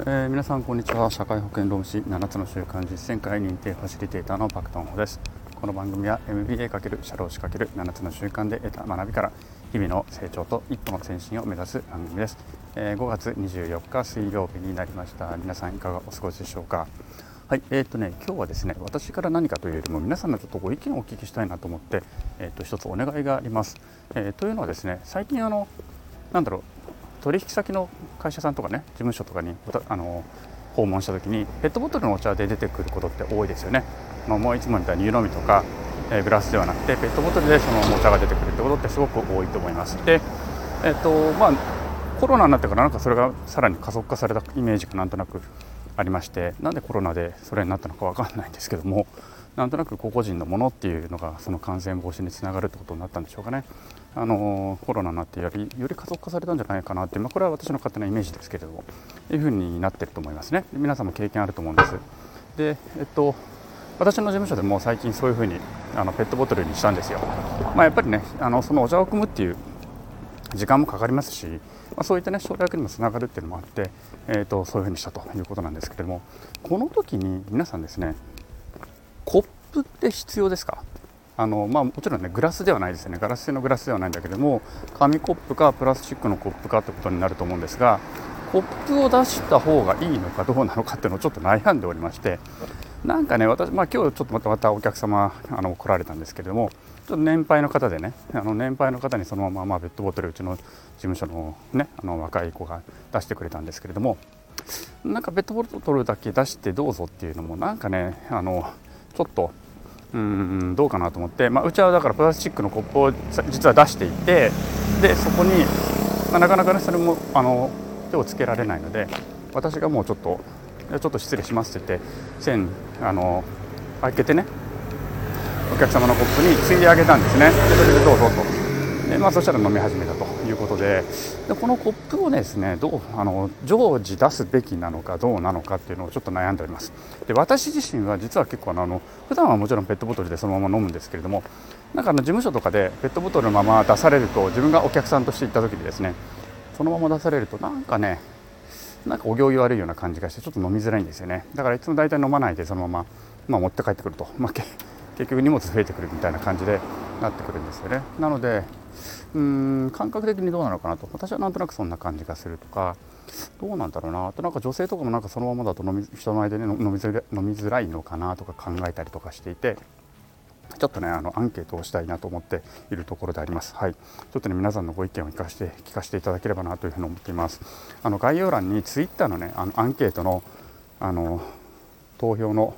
皆さんこんにちは。社会保険労務士7つの習慣実践会認定ファシリテーターのパクトンホです。この番組は MBA× 社労士 ×7 つの習慣で得た学びから日々の成長と一歩の前進を目指す番組です。5月24日水曜日になりました。皆さんいかがお過ごしでしょうか。はい、今日はですね、私から何かというよりも皆さんのちょっとご意見をお聞きしたいなと思って、一つお願いがあります。というのはですね、最近取引先の会社さんとかね、事務所とかに訪問した時にペットボトルのお茶で出てくることって多いですよね。もういつもみたいに湯飲みとか、グラスではなくてペットボトルでそのお茶が出てくるってことってすごく多いと思います。で、コロナになってからなんかそれがさらに加速化されたイメージがなんとなくありまして、なんでコロナでそれになったのか分かんないんですけども、なんとなく個々人のものっていうのがその感染防止につながるってことになったんでしょうかね。コロナになってより加速化されたんじゃないかなっていう、これは私の勝手なイメージですけれども、いうふうになっていると思いますね。皆さんも経験あると思うんです。で、私の事務所でも最近そういうふうにペットボトルにしたんですよ。やっぱりね、そのお茶を汲むっていう時間もかかりますし、そういったね省略にもつながるっていうのもあって、そういうふうにしたということなんですけれども、この時に皆さんですね、コップって必要ですか？もちろんねグラスではないですよね。ガラス製のグラスではないんだけども、紙コップかプラスチックのコップかということになると思うんですが、コップを出した方がいいのかどうなのかっていうのをちょっと悩んでおりまして、なんかね、私、今日ちょっとまたお客様来られたんですけれども、ちょっと年配の方でね、年配の方にそのままペットボトルうちの事務所のね若い子が出してくれたんですけれども、なんかペットボトルだけ出してどうぞっていうのもなんかねちょっとどうかなと思って、うちはだからプラスチックのコップを実は出していて、でそこに、なかなかねそれも手をつけられないので、私がもうちょっと失礼しますって言って線開けてね、お客様のコップについであげたんですね。でそれでどうぞと。でそしたら飲み始めたということで、このコップをですね常時出すべきなのかどうなのかっていうのをちょっと悩んでおります。で、私自身は実は結構普段はもちろんペットボトルでそのまま飲むんですけれども、なんか事務所とかでペットボトルのまま出されると、自分がお客さんとして行った時にですね、そのまま出されるとなんかお行儀悪いような感じがして、ちょっと飲みづらいんですよね。だからいつも大体飲まないでそのまま、持って帰ってくると、結局荷物増えてくるみたいな感じでなってくるんですよね。なので感覚的にどうなのかなと、私はなんとなくそんな感じがするとか、どうなんだろうなあと、なんか女性とかもなんかそのままだと人前で、ね、飲みづらいのかなとか考えたりとかしていて、ちょっとねアンケートをしたいなと思っているところであります。はい、ちょっとね皆さんのご意見を聞かせていただければなというふうに思っています。概要欄にツイッターのねアンケートの投票の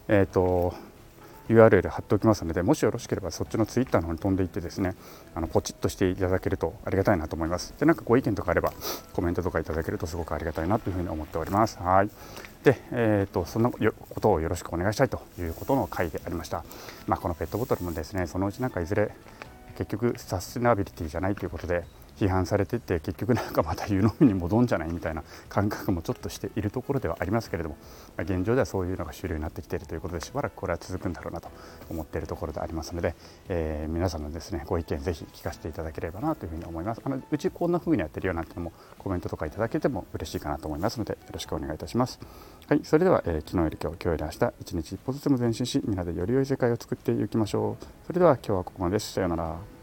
URL 貼っておきますので、もしよろしければそっちのツイッターの方に飛んでいってですね、ポチッとしていただけるとありがたいなと思います。で、なんかご意見とかあればコメントとかいただけるとすごくありがたいなというふうに思っております。はい。で、そんなことをよろしくお願いしたいということの回でありました。このペットボトルもですね、そのうちなんかいずれ結局サステナビリティじゃないということで批判されていって、結局なんかまた湯飲みに戻んじゃないみたいな感覚もちょっとしているところではありますけれども、現状ではそういうのが主流になってきているということで、しばらくこれは続くんだろうなと思っているところでありますので、皆さんのですねご意見ぜひ聞かせていただければなというふうに思います。うちこんな風にやってるよなんてのもコメントとかいただけても嬉しいかなと思いますので、よろしくお願いいたします。はい、それでは、昨日より今日、今日より明日、一日一歩ずつも前進し、みんなでより良い世界を作っていきましょう。それでは今日はここまでです。さようなら。